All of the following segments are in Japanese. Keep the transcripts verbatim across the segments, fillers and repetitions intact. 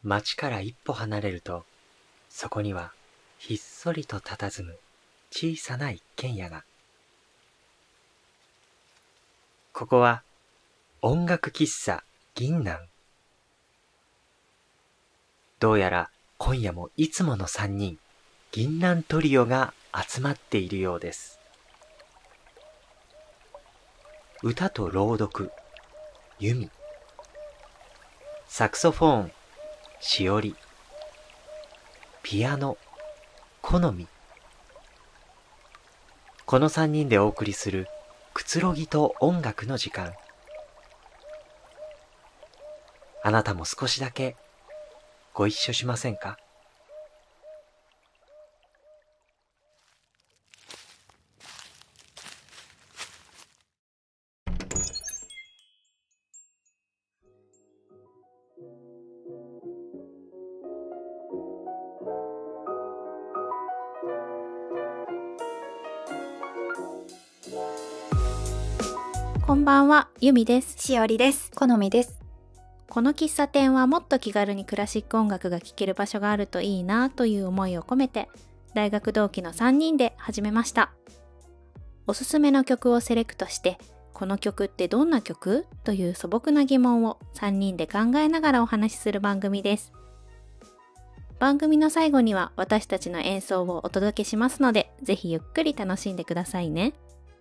町から一歩離れると、そこにはひっそりと佇む小さな一軒家が。ここは音楽喫茶銀南。どうやら今夜もいつもの三人、銀南トリオが集まっているようです。歌と朗読、ユミ。サクソフォン、しおり。ピアノ、好み。この三人でお送りするくつろぎと音楽の時間。あなたも少しだけご一緒しませんか？ こんばんは、ゆみです。 しおりです。 好みです。 この喫茶店はもっと気軽にクラシック音楽が聴ける場所があるといいなという思いを込めて、大学同期のさんにんで始めました。おすすめの曲をセレクトして、この曲ってどんな曲？という素朴な疑問をさんにんで考えながらお話しする番組です。番組の最後には私たちの演奏をお届けしますので、ぜひゆっくり楽しんでくださいね。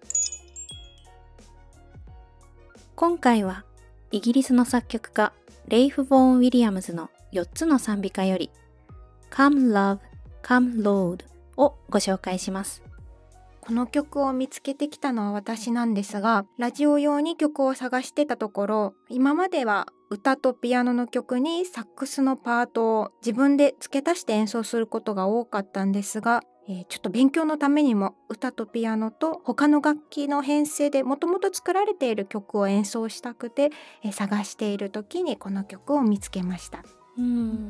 今回はイギリスの作曲家レイフ・ボーン・ウィリアムズのよっつの賛美歌より Come Love, Come Lord をご紹介します。 この曲を見つけてきたのは私なんですが、ラジオ用に曲を探してたところ、今までは歌とピアノの曲にサックスのパートを自分で付け足して演奏することが多かったんですが、えー、ちょっと勉強のためにも歌とピアノと他の楽器の編成でもともと作られている曲を演奏したくて、えー、探している時にこの曲を見つけました。 うん、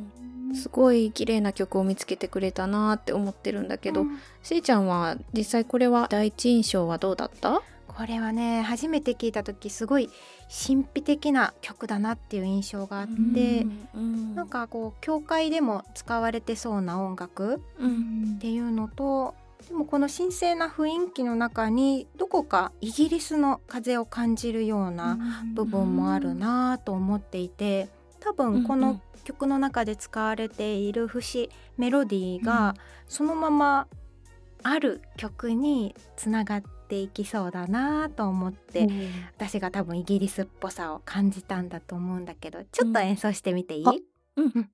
すごい綺麗な曲を見つけてくれたなって思ってるんだけど、うん、しーちゃんは実際これは第一印象はどうだった？ これはね、初めて聞いた時すごい神秘的な曲だなっていう印象があって、うんうん、なんかこう教会でも使われてそうな音楽っていうのと、でもこの神聖な雰囲気の中にどこかイギリスの風を感じるような部分もあるなと思っていて、多分この曲の中で使われている節メロディーがそのままある曲につながっていきそうだなと思って、うん、私が多分イギリスっぽさを感じたんだと思うんだけど、ちょっと演奏してみていい？ うんうん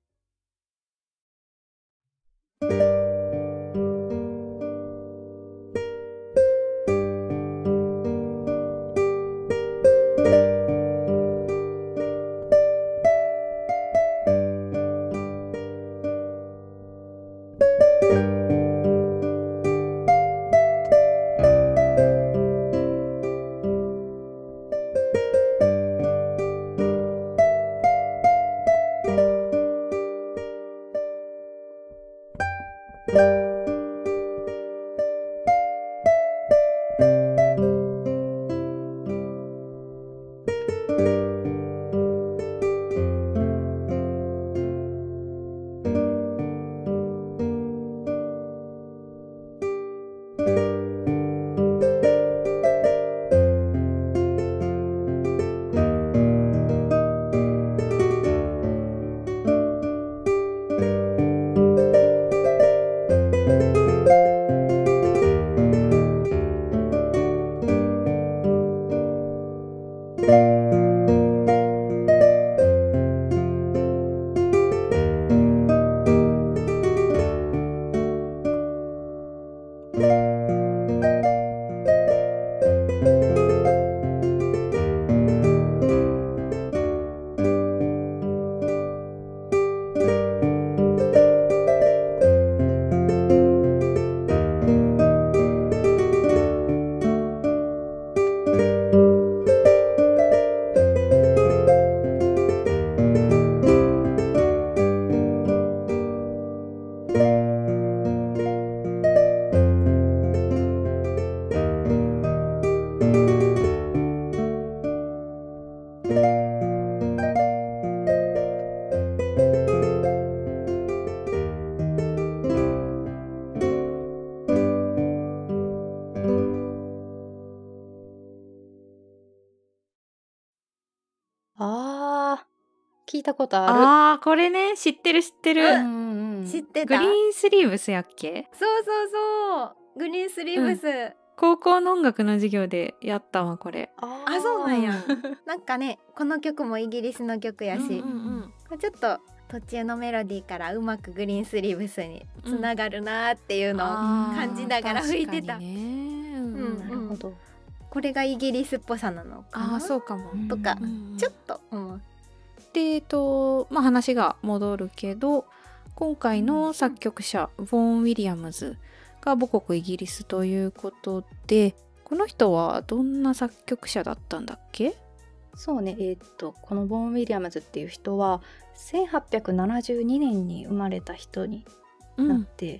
いたことある。 あーこれね知ってる知ってる、 うんうん、 知ってた。 グリーンスリーブスやっけ。 そうそうそうグリーンスリーブス、うん、 高校の音楽の授業でやったわこれ。 ああそうなんやなんかねこの曲もイギリスの曲やし、うんうんうん、ちょっと途中のメロディーからうまくグリーンスリーブスにつながるなっていうのを感じながら吹いてた、 ねうんうん、 なるほど。 これがイギリスっぽさなのかな。 あそうかもとか、 うんうん、 ちょっと思う。 でえっとまあ話が戻るけど今回の作曲者、うん、ボーン・ウィリアムズが母国イギリスということでこの人はどんな作曲者だったんだっけ。 そうね、えー、っとこのボーン・ウィリアムズっていう人はせんはっぴゃくななじゅうにねんに生まれた人になって、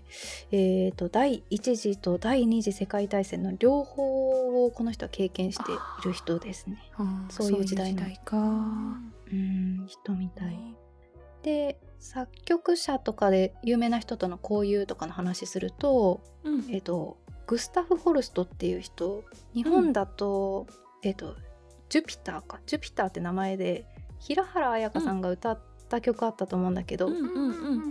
うん、えー、っと第一次と第二次世界大戦の両方をこの人は経験している人ですね。そういう時代のかうん人みたいで、作曲者とかで有名な人との交友とかの話すると、うん、えー、っとグスタフ・ホルストっていう人、日本だと、うん、えー、っとジュピターかジュピターって名前で平原綾香さんが歌った曲あったと思うんだけど、うんうんうん、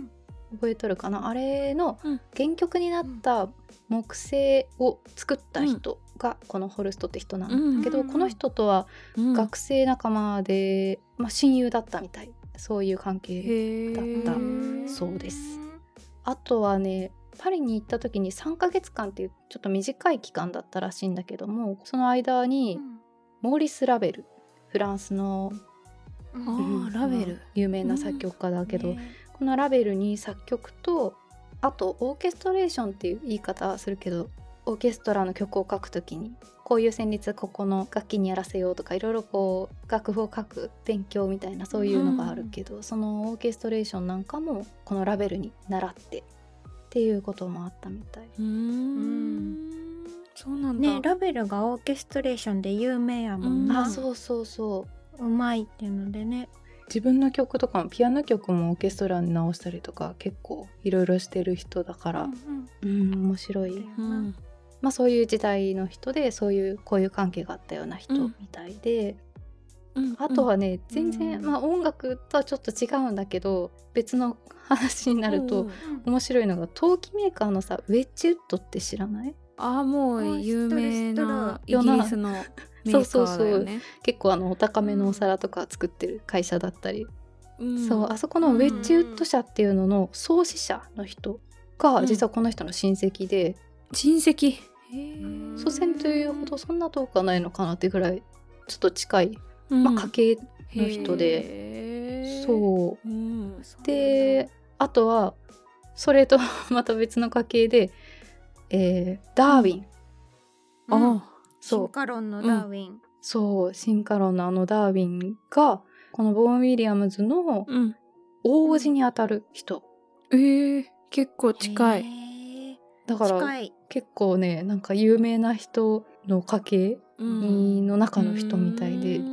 覚えとるかな。あれの原曲になった木星を作った人がこのホルストって人なんだけど、うん、この人とは学生仲間で、まあ、親友だったみたい、そういう関係だったそうです。あとはねパリに行った時にさんかげつかんっていうちょっと短い期間だったらしいんだけども、その間に、うんモーリス・ラベル、フランスの、 うん、あラベル有名な作曲家だけど、うんね、このラベルに作曲とあとオーケストレーションっていう言い方するけど、オーケストラの曲を書くときにこういう旋律ここの楽器にやらせようとかいろいろこう楽譜を書く勉強みたいなそういうのがあるけど、うん、そのオーケストレーションなんかもこのラベルに習ってっていうこともあったみたい。 うーんそうなんだね、ラベルがオーケストレーションで有名やもんな、 うん、あそうそうそう、 うまいっていうのでね。 自分の曲とかもピアノ曲もオーケストラに直したりとか結構いろいろしてる人だから、うんうん、面白い、うんまあ、そういう時代の人でそういうこういう関係があったような人みたいで、うん、あとはね、うん、全然、まあ、音楽とはちょっと違うんだけど別の話になると面白いのが陶器メーカーのさウェッジウッドって知らない？ あもう有名なイギリスのメーカーだよね。そうそうそう結構あのお高めのお皿とか作ってる会社だったり、うん、そうあそこのウェッジウッド社っていうのの創始者の人が実はこの人の親戚で、うん、 親戚祖先というほどそんな遠くはないのかなってぐらいちょっと近い、うんまあ、家系の人でそう、うん、であとはそれとまた別の家系でえー、ダーウィン、 うん、あ進化論のダーウィン、うん、 そう進化論のあのダーウィンがこのボーン・ウィリアムズの大叔父にあたる人、 うん、えー、結構近い。 だから結構ねなんか有名な人の家系の中の人みたいで、うん、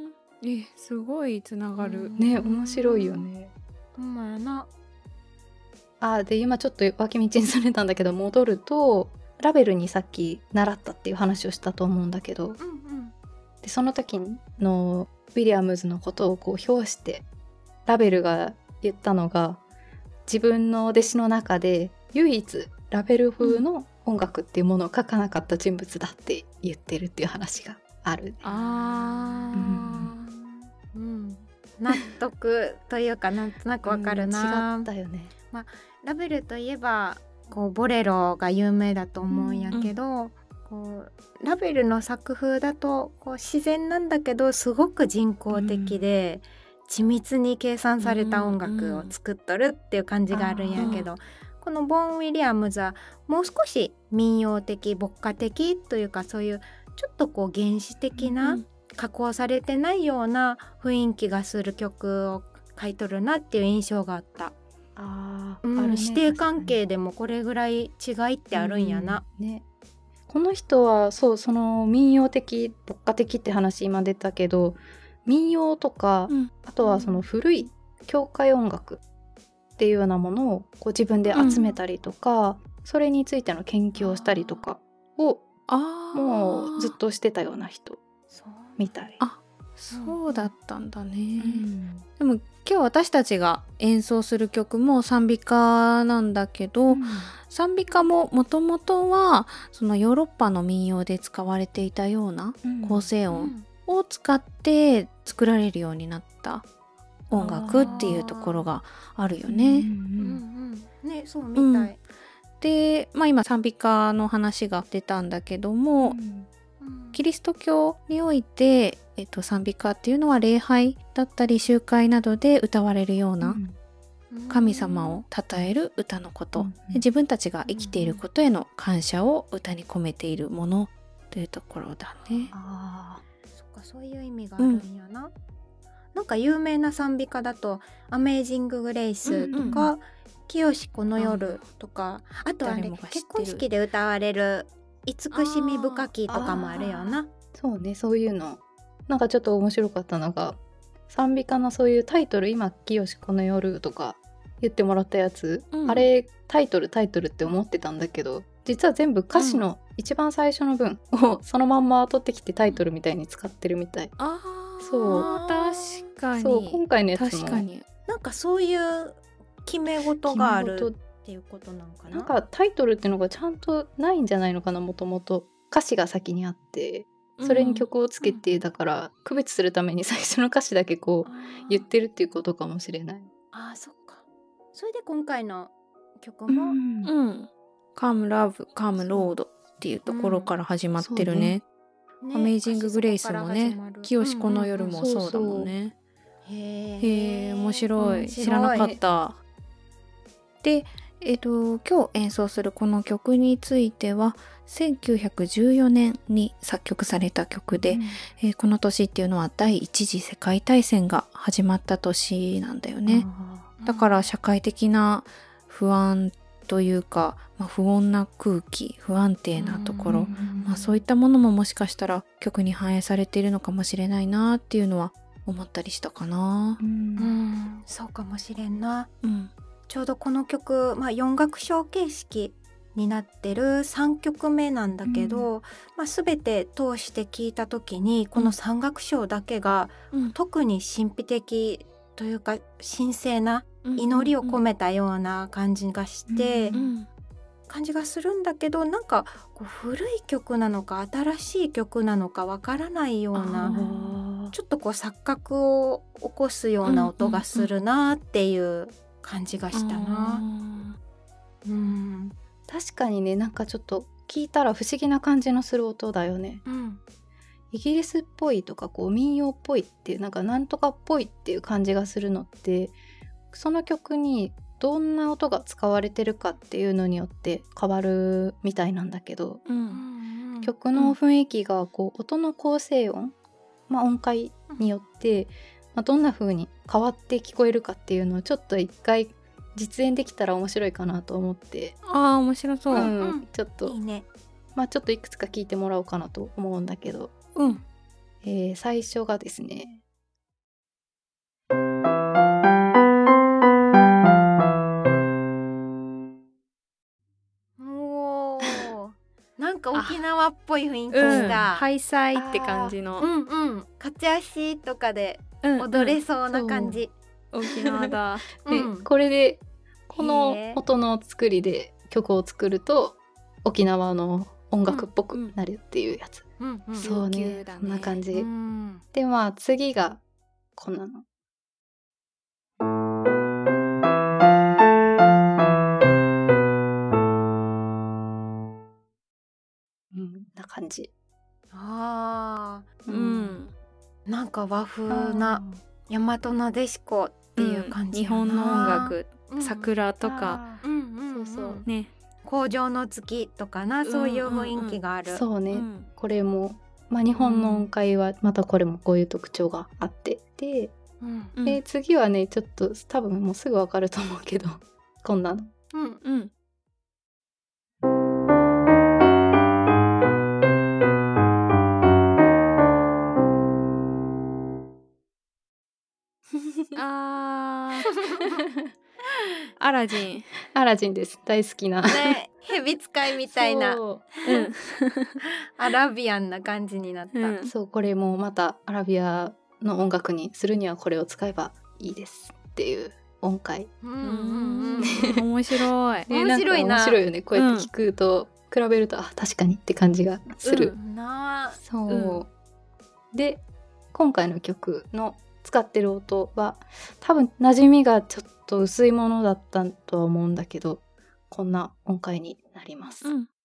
えすごいつながるね面白いよね。 ほんまやな。 あで今ちょっと脇道にそれたんだけど戻るとラベルにさっき習ったっていう話をしたと思うんだけど、うんうん、でその時のウィリアムズのことをこう表してラベルが言ったのが自分の弟子の中で唯一ラベル風の音楽っていうものを書かなかった人物だって言ってるっていう話がある、ね、 あー、うんうん、納得というかなんとなくわかるな、 うん、違ったよね。 まあ、ラベルといえばこうボレロが有名だと思うんやけど、うんうん、こうラベルの作風だとこう自然なんだけどすごく人工的で、うん、緻密に計算された音楽を作っとるっていう感じがあるんやけど、うんうん、このボーン・ウィリアムズはもう少し民謡的牧歌的というかそういうちょっとこう原始的な、うん、加工されてないような雰囲気がする曲を書いとるなっていう印象があった。 あうん、あるね、師弟関係でもこれぐらい違いってあるんやな、 うんね、この人はそうその民謡的牧歌的って話今出たけど民謡とか、うん、あとはその古い教会音楽っていうようなものをこう自分で集めたりとか、うん、それについての研究をしたりとかをもうずっとしてたような人みたい。 あそうだったんだね、うん、でも今日私たちが演奏する曲も賛美歌なんだけど、うん、賛美歌ももともとはそのヨーロッパの民謡で使われていたような構成音を使って作られるようになった音楽っていうところがあるよね。うんうんうん、ね、そうみたい、うん、 で、まあ、今賛美歌の話が出たんだけども、うんキリスト教において、えっと、賛美歌っていうのは礼拝だったり集会などで歌われるような神様を称える歌のこと、うん、自分たちが生きていることへの感謝を歌に込めているものというところだね。 あー、そっか、そういう意味があるんやな、うん、なんか有名な賛美歌だとアメージンググレイスとか、うんうん、清この夜とか、あとはね結婚式で歌われる慈しみ深きとかもあるよな。 そうね、そういうのなんかちょっと面白かったのが賛美歌のそういうタイトル、今清この夜とか言ってもらったやつ、うん、あれタイトルタイトルって思ってたんだけど、実は全部歌詞の一番最初の文をそのまんま取ってきてタイトルみたいに使ってるみたい。 あそう確かに。 そう今回のやつも確かになんかそういう決め事があるっていうことなのかな。 なんかタイトルっていうのがちゃんとないんじゃないのかな。もともと歌詞が先にあってそれに曲をつけて、うん、だから区別するために最初の歌詞だけこう言ってるっていうことかもしれない。 ああ、そっか。それで今回の曲も、 うんうん、Come Love Come Lord っていうところから始まってるね。うん、ね、アメイジンググレイスもね、清この夜もそうだもんね。へえ、面白い。知らなかった。で、えっと、今日演奏するこの曲についてはせんきゅうひゃくじゅうよねんに作曲された曲で、うん、えー、この年っていうのは第一次世界大戦が始まった年なんだよね。だから社会的な不安というか、まあ、不穏な空気、不安定なところ、まあ、そういったものももしかしたら曲に反映されているのかもしれないなっていうのは思ったりしたかな。 うん、うん、そうかもしれんな。 うん、 ちょうどこの曲、まあ、よん楽章形式になってるさんきょくめなんだけど、うん、まあ、全て通して聴いた時にこのさん楽章だけが、うん、特に神秘的というか神聖な祈りを込めたような感じがして、うんうん、感じがするんだけど、なんかこう古い曲なのか新しい曲なのかわからないような、ちょっとこう錯覚を起こすような音がするなっていう感じがしたな。 うん、確かにね、なんかちょっと聞いたら不思議な感じのする音だよね。 うん、 イギリスっぽいとかこう民謡っぽいっていう、なんかなんとかっぽいっていう感じがするのって、その曲にどんな音が使われてるかっていうのによって変わるみたいなんだけど、 うん、 曲の雰囲気がこう音の構成音、まあ、音階によって、まあ、どんな風に変わって聞こえるかっていうのをちょっと一回実演できたら面白いかなと思って。 ああ、面白そう、 うんうん、ちょっといいね。 まあちょっといくつか聞いてもらおうかなと思うんだけど、 うん、 えー、最初がですね、 おーなんか沖縄っぽい雰囲気が、うん、 が、 ハイサイって感じの、 うんうん、カチャシとかで踊れそうな感じ、 うんうん、沖縄だで、うん、これでこの音の作りで曲を作ると沖縄の音楽っぽくなるっていうやつ、 うんうん、 そうね、そんな感じ、 うん、 でまあ次がこんなの、うん、な感じ。 あー、うん、 なんか和風な大和なでしこっていう感じ、 うん、日本の音楽、うん、桜とか、 うんうんうん、 そうそうね、 紅葉の月とかな、そういう雰囲気がある、 うんうんうん、そうね、うん、これも、まあ、日本の音階はまたこれもこういう特徴があって、で、うん、で次はねちょっと多分もうすぐわかると思うけどこんなの、 うんうん、 あアラジンアラジンです、大好きな、 ね、蛇使いみたいな、 そう、うん、 アラビアンな感じになった、 うん、そうこれもまたアラビアの音楽にするにはこれを使えばいいですっていう音階。 うんうんうん面白い。 ね面白いな面白いよね。こうやって聞くと、うん、比べるとあ確かにって感じがする。 うん、なそう、 うん、 で今回の曲の使ってる音は多分馴染みがちょっと薄いものだったとは思うんだけど、こんな音階になります。 うん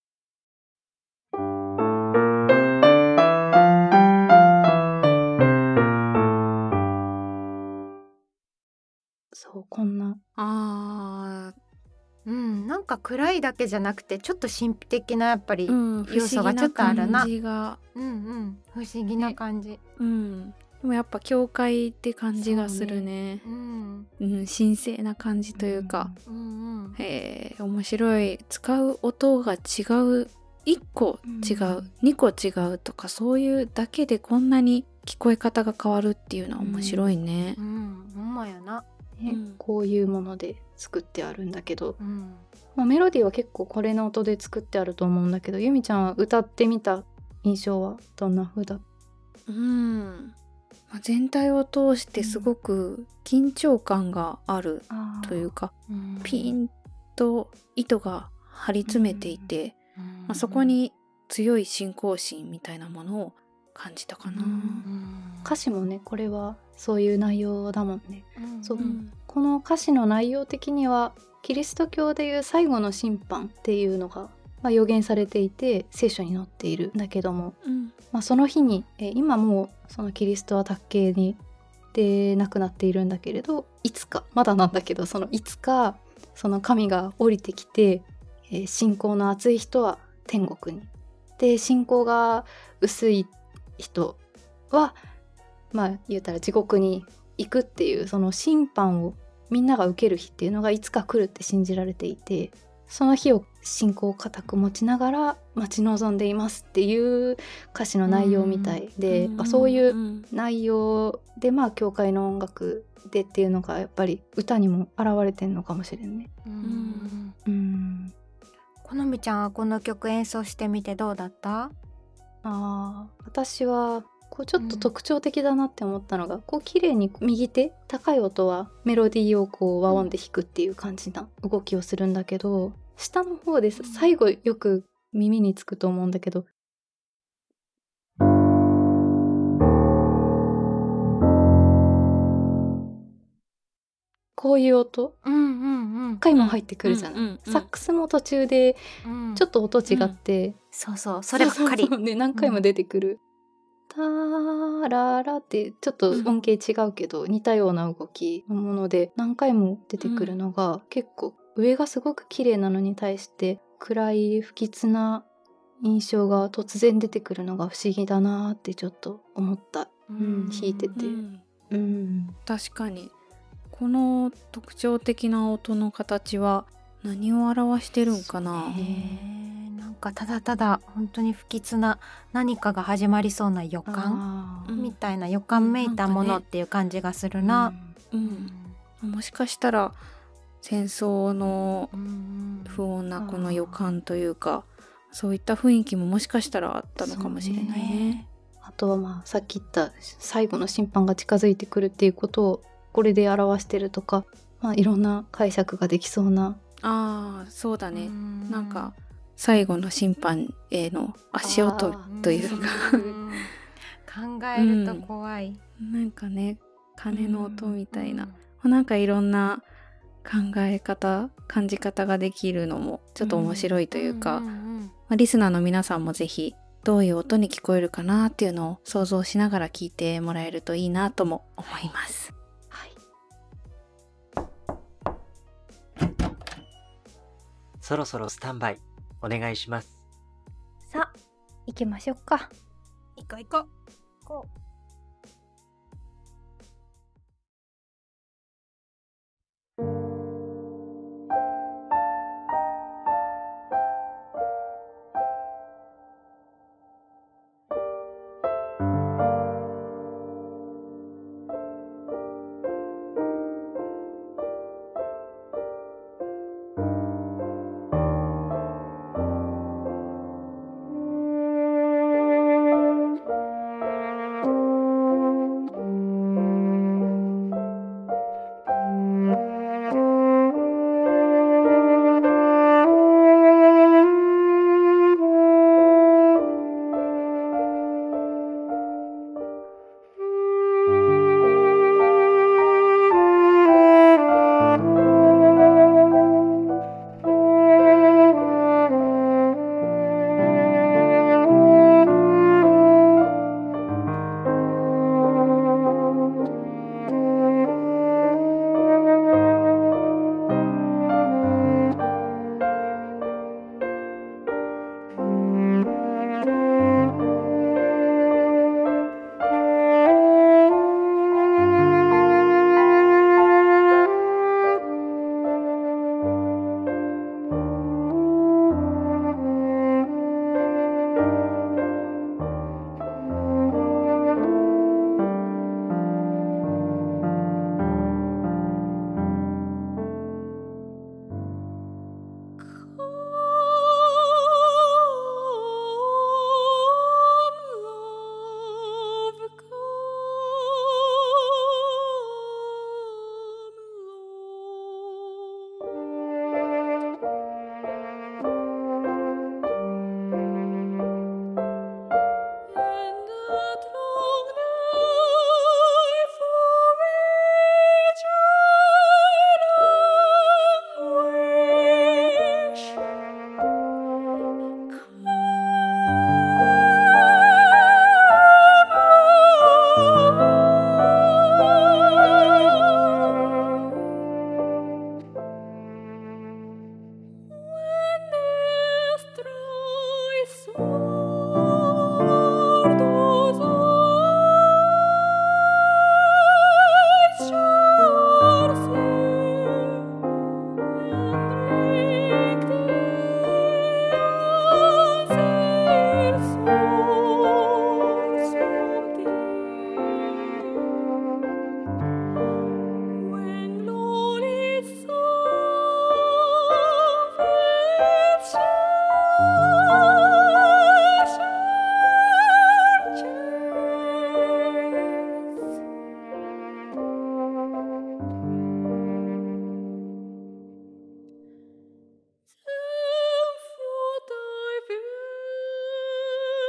そうこんなあうん、なんか暗いだけじゃなくてちょっと神秘的なやっぱりうん要素がちょっとあるな。 不思議な感じがうんうん不思議な感じ、ね、 うんでもやっぱ教会って感じがするね。 うん、 うん、神聖な感じというか、 うんうん、 へえ面白い。使う音が違う、いっこ違う、うん、にこ違うとかそういうだけでこんなに聞こえ方が変わるっていうのは面白いね。 うん、うん、ほんまやな、 ね、うん、こういうもので作ってあるんだけど、 うんまあ、メロディーは結構これの音で作ってあると思うんだけど、ゆみちゃんは歌ってみた印象はどんな風だ？ うん全体を通してすごく緊張感があるというか、うん、ピンと糸が張り詰めていて、うんまあ、そこに強い信仰心みたいなものを感じたかな、うん、 歌詞もねこれはそういう内容だもんね、うん、そう、 うん、 この歌詞の内容的にはキリスト教でいう最後の審判っていうのがまあ、予言されていて聖書に載っているんだけども、うんまあ、その日にえ今もうそのキリストは卓形にで亡くなっているんだけれど、いつかまだなんだけどそのいつかその神が降りてきて、えー、信仰の厚い人は天国に、で信仰が薄い人はまあ言うたら地獄に行くっていう、その審判をみんなが受ける日っていうのがいつか来るって信じられていて、その日を信仰を固く持ちながら待ち望んでいますっていう歌詞の内容みたいで、うん、そういう内容でまあ教会の音楽でっていうのがやっぱり歌にも現れてんのかもしれんね。うんうん、 このみちゃんはこの曲演奏してみてどうだった？ あ私はこうちょっと特徴的だなって思ったのが、うん、こう綺麗に右手高い音はメロディーをこう和音で弾くっていう感じな動きをするんだけど、下の方です最後よく耳につくと思うんだけど、こういう音、うんうんうん、回も入ってくるじゃない、うんうんうん、サックスも途中でちょっと音違って、うん、 そうそうそればっかり、 そうそうね、何回も出てくる、ターララってちょっと音形違うけど、うん、似たような動きのもので何回も出てくるのが、うん、結構上がすごく綺麗なのに対して暗い不吉な印象が突然出てくるのが不思議だなってちょっと思った、うん、弾いてて、うんうん、確かにこの特徴的な音の形は何を表してるんかな。 へなんかただただ本当に不吉な何かが始まりそうな予感みたいな、予感めいたものっていう感じがするな、 うんうんうん、もしかしたら戦争の不穏なこの予感というか、そういった雰囲気ももしかしたらあったのかもしれないね。 あとはまあさっき言った最後の審判が近づいてくるっていうことをこれで表してるとか、まあ、いろんな解釈ができそうな。 あーそうだね、んなんか最後の審判への足音というか考えると怖い、 うん、なんかね鐘の音みたいな、なんかいろんな考え方感じ方ができるのもちょっと面白いというか、うんうんうんうんまあ、リスナーの皆さんもぜひどういう音に聞こえるかなっていうのを想像しながら聞いてもらえるといいなとも思います、はい、 そろそろスタンバイお願いします。 さあ行きましょうか。行こう行こう行こう。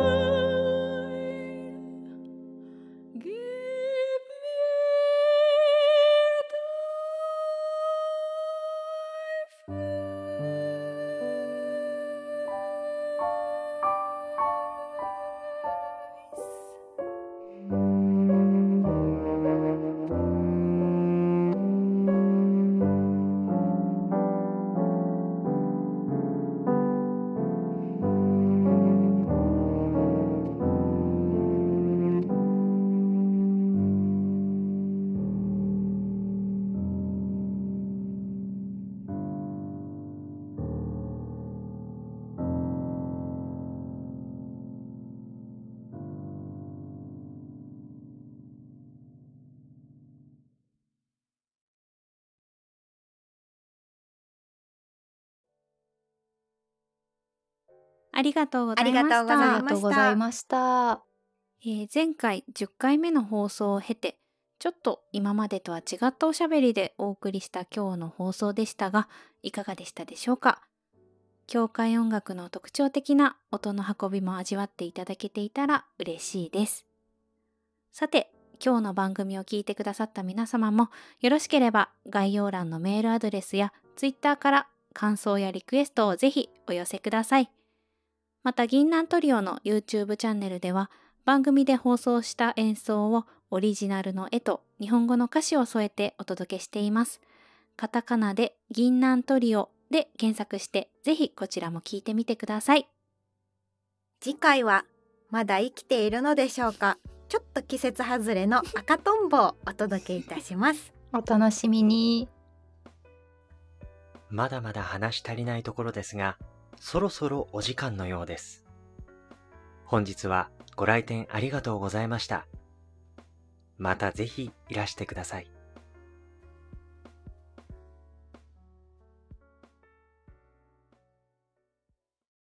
ありがとうございました。 ありがとうございました。 ありがとうございました。 えー前回じゅっかいめの放送を経て、ちょっと今までとは違ったおしゃべりでお送りした今日の放送でしたが、いかがでしたでしょうか。教会音楽の特徴的な音の運びも味わっていただけていたら嬉しいです。さて、今日の番組を聞いてくださった皆様も、よろしければ概要欄のメールアドレスやツイッターから感想やリクエストをぜひお寄せください。また、銀杏トリオの YouTube チャンネルでは、番組で放送した演奏をオリジナルの絵と日本語の歌詞を添えてお届けしています。カタカナで銀杏トリオで検索して、ぜひこちらも聞いてみてください。 次回はまだ生きているのでしょうか。ちょっと季節外れの赤とんぼをお届けいたします。 お楽しみに。 まだまだ話し足りないところですが、そろそろお時間のようです。本日はご来店ありがとうございました。またぜひいらしてください。